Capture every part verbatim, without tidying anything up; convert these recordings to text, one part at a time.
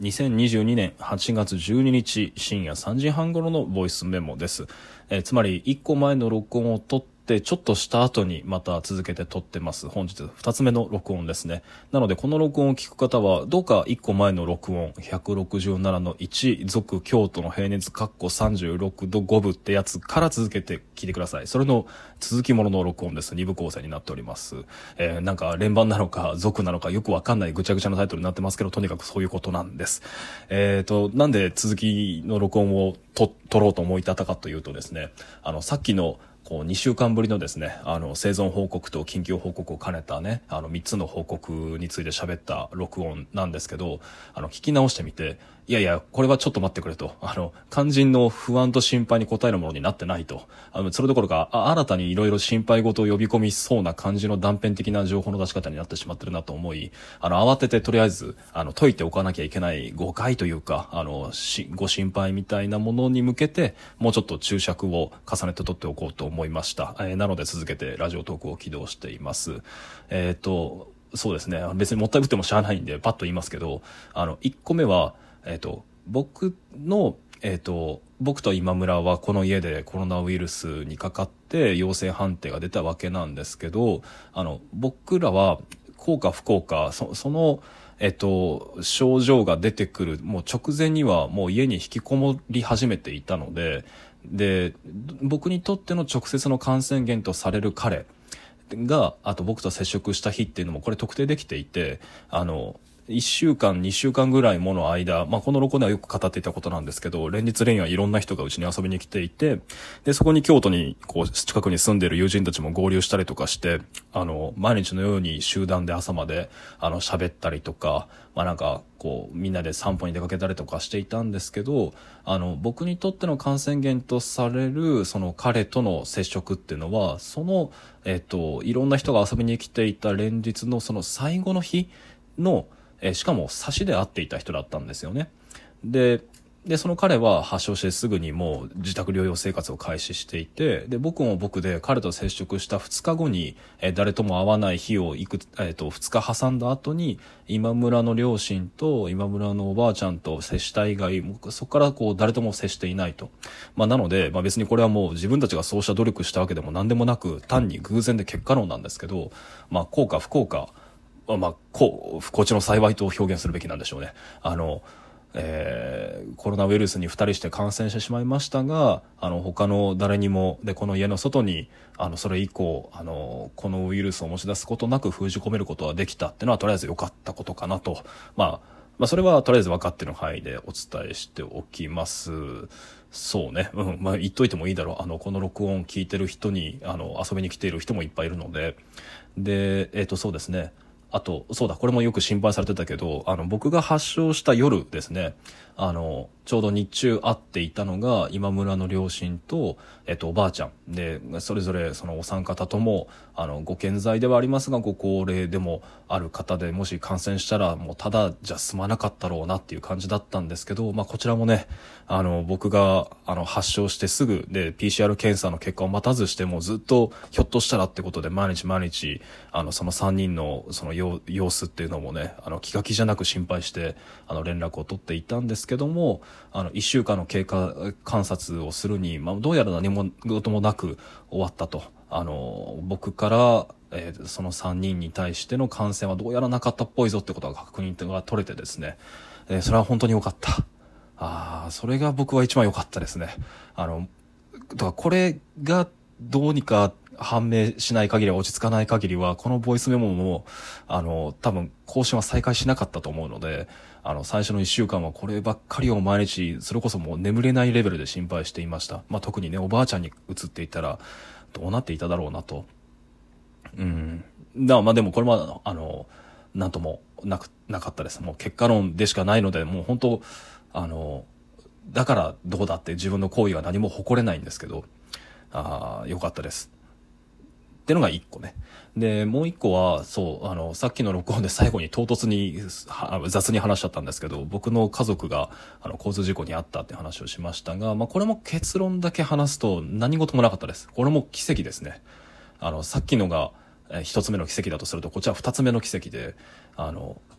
にせんにじゅうにねんはちがつじゅうににち深夜さんじはん頃のボイスメモです。えー、つまりいっこまえの録音を取ってちょっとした後にまた続けて撮ってます。本日ふたつめの録音ですね。なのでこの録音を聞く方はどうかいっこまえの録音ひゃくろくじゅうななのいち続京都の平熱かっこさんじゅうろくどごぶってやつから続けて聞いてください。それの続きものの録音です。にぶ構成になっております。えー、なんか連番なのか続なのかよくわかんないぐちゃぐちゃなタイトルになってますけど、とにかくそういうことなんです。えーとなんで続きの録音をと撮ろうと思い立ったかというとですね、あのさっきのこうにしゅうかんぶりのですね、あの生存報告と緊急報告を兼ねたね、あのみっつの報告について喋った録音なんですけど、あの聞き直してみて、いやいやこれはちょっと待ってくれと、あの肝心の不安と心配に応えるものになってないと、あのそれどころかあ新たにいろいろ心配事を呼び込みそうな感じの断片的な情報の出し方になってしまってるなと思い、あの慌ててとりあえずあの解いておかなきゃいけない誤解というか、あのしご心配みたいなものに向けてもうちょっと注釈を重ねて取っておこうと思いました。えー、なので続けてラジオトークを起動しています。えっとそうですね、別にもったいぶってもしゃあないんでパッと言いますけど、あのいっこめはえっと僕のえっと僕と今村はこの家でコロナウイルスにかかって陽性判定が出たわけなんですけど、あの僕らは幸か不幸か そ, そのえっと症状が出てくるもう直前にはもう家に引きこもり始めていたので、で僕にとっての直接の感染源とされる彼があと僕と接触した日っていうのもこれ特定できていて、あのいっしゅうかんにしゅうかんぐらいもの間、まあ、この録音ではよく語っていたことなんですけど、連日連夜いろんな人がうちに遊びに来ていて、でそこに京都にこう近くに住んでいる友人たちも合流したりとかして、あの毎日のように集団で朝まであの喋ったりとか、まあ、なんかこうみんなで散歩に出かけたりとかしていたんですけど、あの僕にとっての感染源とされるその彼との接触っていうのは、そのえっといろんな人が遊びに来ていた連日のその最後の日のえしかも差しで会っていた人だったんですよね。で、でその彼は発症してすぐにもう自宅療養生活を開始していて、で僕も僕で彼と接触したふつかごにえ誰とも会わない日をいく、えー、とふつか挟んだ後に今村の両親と今村のおばあちゃんと接した以外そこからこう誰とも接していないと、まあ、なので、まあ、別にこれはもう自分たちがそうした努力したわけでも何でもなく単に偶然で結果論なんですけど、まあ幸か不幸か、まあ、こう不幸中の幸いと表現するべきなんでしょうね。あの、えー、コロナウイルスにふたりして感染してしまいましたが、あの他の誰にもでこの家の外にあのそれ以降あのこのウイルスを持ち出すことなく封じ込めることができたっていうのはとりあえず良かったことかなと、まあ、まあそれはとりあえず分かってる範囲でお伝えしておきます。そうね、うん、まあ言っといてもいいだろう。あのこの録音聞いてる人にあの遊びに来ている人もいっぱいいるので、でえっとそうですね。あとそうだ、これもよく心配されてたけど、あの僕が発症した夜ですね、あのちょうど日中会っていたのが今村の両親と、えっと、おばあちゃんで、それぞれそのお三方ともあのご健在ではありますがご高齢でもある方で、もし感染したらもうただじゃ済まなかったろうなっていう感じだったんですけど、まあ、こちらもね、あの僕があの発症してすぐで ピーシーアール 検査の結果を待たずしてもずっとひょっとしたらってことで毎日毎日あのそのさんにんのその様子っていうのもね、あの気が気じゃなく心配してあの連絡を取っていたんですけども、あのいっしゅうかんの経過観察をするに、まあ、どうやら何も事もなく終わったと、あの僕から、えー、そのさんにんに対しての感染はどうやらなかったっぽいぞってことが確認が取れてですね、えー、それは本当に良かった。ああ、それが僕は一番良かったですね。あのだからこれがどうにか判明しない限りは、落ち着かない限りはこのボイスメモもあの多分更新は再開しなかったと思うので、あの最初のいっしゅうかんはこればっかりを毎日それこそもう眠れないレベルで心配していました。まあ、特にねおばあちゃんに移っていたらどうなっていただろうなと。うんだまあでもこれはあのなんともなくなかったです。もう結果論でしかないので、もう本当あのだからどうだって自分の行為は何も誇れないんですけど、あ良かったですってのがいっこね。でもういっこはそうあのさっきの録音で最後に唐突に雑に話しちゃったんですけど、僕の家族があの交通事故に遭ったって話をしましたが、まあ、これも結論だけ話すと何事もなかったです。これも奇跡ですね。あのさっきのが一つ目の奇跡だとすると、こっちは二つ目の奇跡で、あの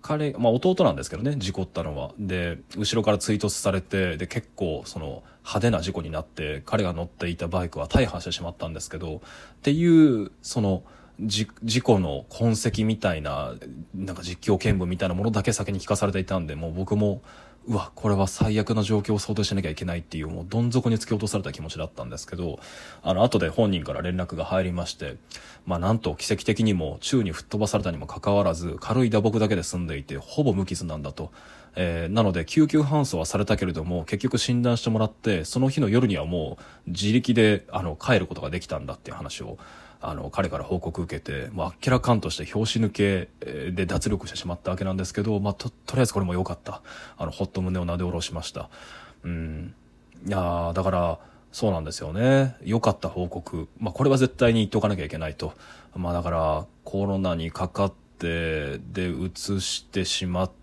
彼、まあ弟なんですけどね、事故ったのは。で、後ろから追突されて、で、結構その派手な事故になって、彼が乗っていたバイクは大破してしまったんですけど、っていう、その、じ事故の痕跡みたいな、なんか実況見分みたいなものだけ先に聞かされていたんで、もう僕も、うわ、これは最悪な状況を想定しなきゃいけないっていう、もうどん底に突き落とされた気持ちだったんですけど、あの、後で本人から連絡が入りまして、まあなんと奇跡的にも宙に吹っ飛ばされたにもかかわらず、軽い打撲だけで済んでいて、ほぼ無傷なんだと。えー、なので救急搬送はされたけれども、結局診断してもらって、その日の夜にはもう自力で、あの、帰ることができたんだっていう話を、あの、彼から報告受けて、まあ、明らかんとして拍子抜けで脱力してしまったわけなんですけど、まあ、と、とりあえずこれも良かった。あの、ほっと胸をなで下ろしました。うん。いやー、だから、そうなんですよね。良かった報告。まあ、これは絶対に言っておかなきゃいけないと。まあ、だから、コロナにかかって、で、移してしまって、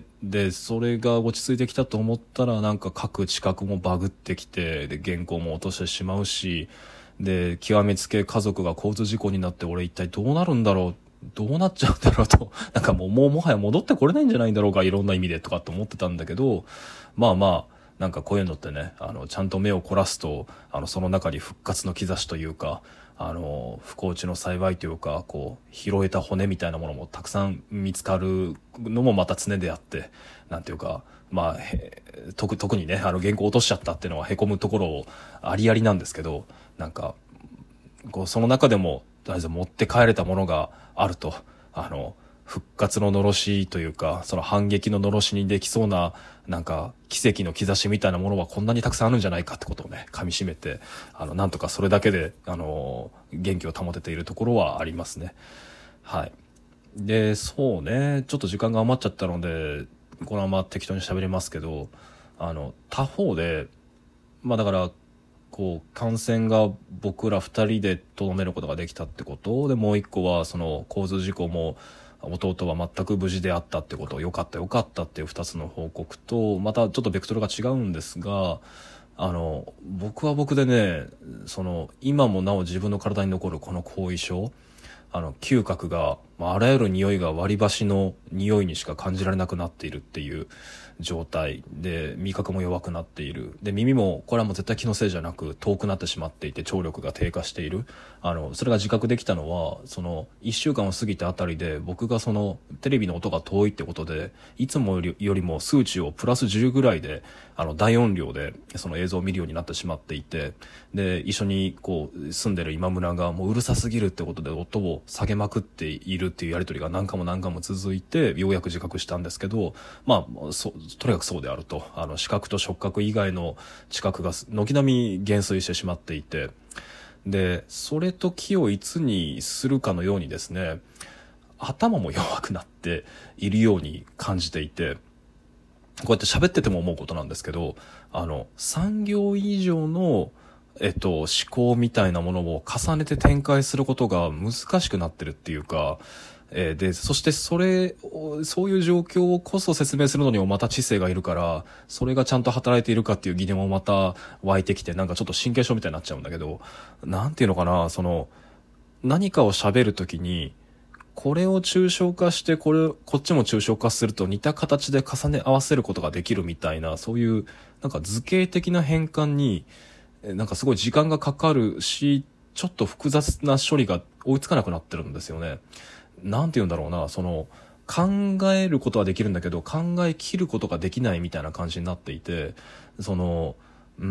で、それが落ち着いてきたと思ったら、なんか各知覚もバグってきて、で、原稿も落としてしまうし、で、極めつけ家族が交通事故になって俺一体どうなるんだろう、どうなっちゃうんだろうと、なんかもう、もうもはや戻ってこれないんじゃないんだろうか、いろんな意味でとかって思ってたんだけど、まあまあ、なんかこういうのってね、あの、ちゃんと目を凝らすと、あの、その中に復活の兆しというか、あの、不幸中の幸いというか、こう、拾えた骨みたいなものもたくさん見つかるのもまた常であって、なんていうか、まあ、特、特にね、あの、原稿落としちゃったっていうのは凹むところをありありなんですけど、なんか、こう、その中でも、とりあえず持って帰れたものがあると、あの、復活ののろしというか、その反撃ののろしにできそうな、なんか、奇跡の兆しみたいなものはこんなにたくさんあるんじゃないかってことをね、噛み締めて、あの、なんとかそれだけで、あの、元気を保てているところはありますね。はい。で、そうね、ちょっと時間が余っちゃったので、このまま適当に喋りますけど、あの、他方で、まあだから、こう、感染が僕ら二人でとどめることができたってことで、もう一個は、その、交通事故も、弟は全く無事であったってこと、よかったよかったっていう二つの報告と、またちょっとベクトルが違うんですが、あの、僕は僕でね、その、今もなお自分の体に残るこの後遺症、あの、嗅覚が、まあ、あらゆる匂いが割り箸の匂いにしか感じられなくなっているっていう状態で、味覚も弱くなっている。で、耳も、これはもう絶対気のせいじゃなく、遠くなってしまっていて、聴力が低下している。あの、それが自覚できたのは、その、一週間を過ぎたあたりで、僕がその、テレビの音が遠いってことで、いつもよりよりも数値をプラスじゅうぐらいで、あの、大音量で、その映像を見るようになってしまっていて、で、一緒に、こう、住んでる今村が、もううるさすぎるってことで、音を下げまくっているっていうやりとりが何回も何回も続いて、ようやく自覚したんですけど、まあ、そ、とにかくそうであると。あの、視覚と触覚以外の知覚が軒並み減衰してしまっていて、で、それと気をいつにするかのようにですね、頭も弱くなっているように感じていて、こうやって喋ってても思うことなんですけど、あの、さん行以上の、えっと、思考みたいなものを重ねて展開することが難しくなってるっていうか、えー、で、そしてそれを、そういう状況をこそ説明するのにもまた知性がいるから、それがちゃんと働いているかっていう疑念もまた湧いてきて、なんかちょっと神経症みたいになっちゃうんだけど、なんていうのかな、その、何かを喋るときに、これを抽象化して、これ、こっちも抽象化すると似た形で重ね合わせることができるみたいな、そういう、なんか図形的な変換に、なんかすごい時間がかかるし、ちょっと複雑な処理が追いつかなくなってるんですよね。なんて言うんだろうな、その、考えることはできるんだけど、考え切ることができないみたいな感じになっていて、その、うん、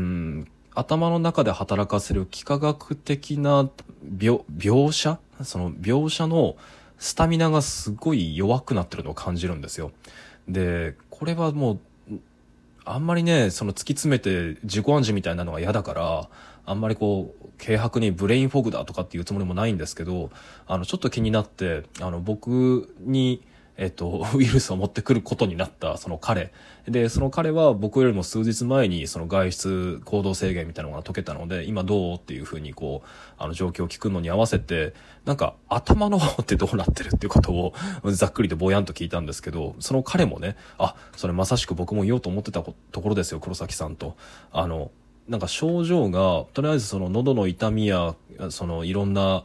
頭の中で働かせる幾何学的な描、描写その描写のスタミナがすごい弱くなってるのを感じるんですよ。で、これはもう、あんまりね、その突き詰めて自己暗示みたいなのが嫌だから、あんまりこう、軽薄にブレインフォグだとかっていうつもりもないんですけど、あの、ちょっと気になって、あの、僕に、えっと、ウイルスを持ってくることになった、その彼。で、その彼は僕よりも数日前に、その外出行動制限みたいなのが解けたので、今どうっていうふうにこう、あの、状況を聞くのに合わせて、なんか、頭の方ってどうなってるっていうことを、ざっくりとぼやんと聞いたんですけど、その彼もね、あ、それまさしく僕も言おうと思ってたところですよ、黒崎さんと。あの、なんか症状が、とりあえずその喉の痛みや、そのいろんな、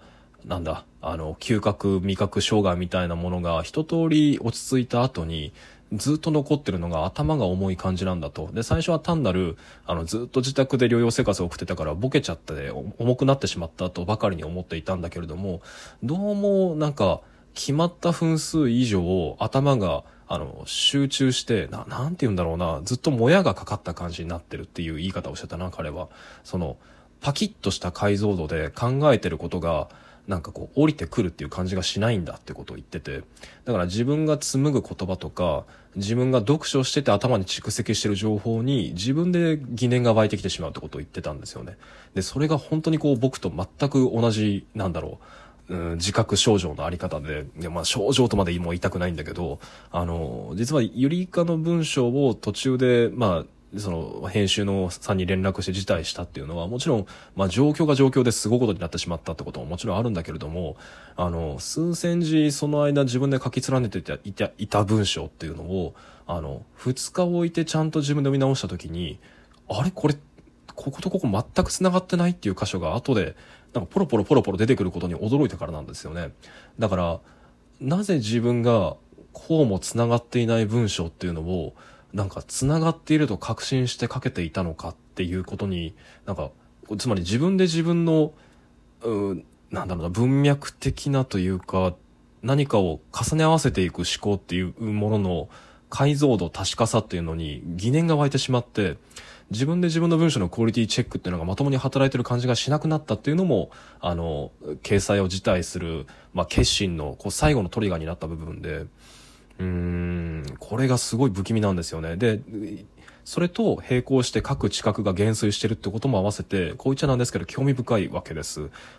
なんだ、あの、嗅覚、味覚障害みたいなものが一通り落ち着いた後に、ずっと残ってるのが頭が重い感じなんだと。で、最初は単なる、あの、ずっと自宅で療養生活を送ってたからボケちゃって重くなってしまったとばかりに思っていたんだけれども、どうもなんか決まった分数以上頭があの、集中して、な、なんて言うんだろうな、ずっともやがかかった感じになってるっていう言い方をしてたな、彼は。その、パキッとした解像度で考えてることが、なんかこう降りてくるっていう感じがしないんだってことを言ってて、だから自分が紡ぐ言葉とか自分が読書してて頭に蓄積してる情報に自分で疑念が湧いてきてしまうってことを言ってたんですよね。でそれが本当にこう僕と全く同じなんだろう、うん、自覚症状のあり方で、でまあ症状とまでも言いたくないんだけど、あの実はゆりかの文章を途中でまあその編集のさんに連絡して辞退したっていうのはもちろん、まあ状況が状況ですごいことになってしまったってことももちろんあるんだけれども、あの、数千字その間自分で書き連ねていた、いた文章っていうのを、あの、二日置いてちゃんと自分で読み直したときに、あれこれ、こことここ全く繋がってないっていう箇所が後で、なんかポロポロポロポロ出てくることに驚いたからなんですよね。だから、なぜ自分がこうも繋がっていない文章っていうのを、なんか繋がっていると確信して書けていたのかっていうことに、なんか、つまり自分で自分の、うなんだろうな、文脈的なというか、何かを重ね合わせていく思考っていうものの解像度、確かさっていうのに疑念が湧いてしまって、自分で自分の文章のクオリティチェックっていうのがまともに働いてる感じがしなくなったっていうのも、あの、掲載を辞退する、まあ、決心のこう最後のトリガーになった部分で、うーん、これがすごい不気味なんですよね。で、それと並行して各知覚が減衰してるってことも合わせて、こういっちゃなんですけど興味深いわけです。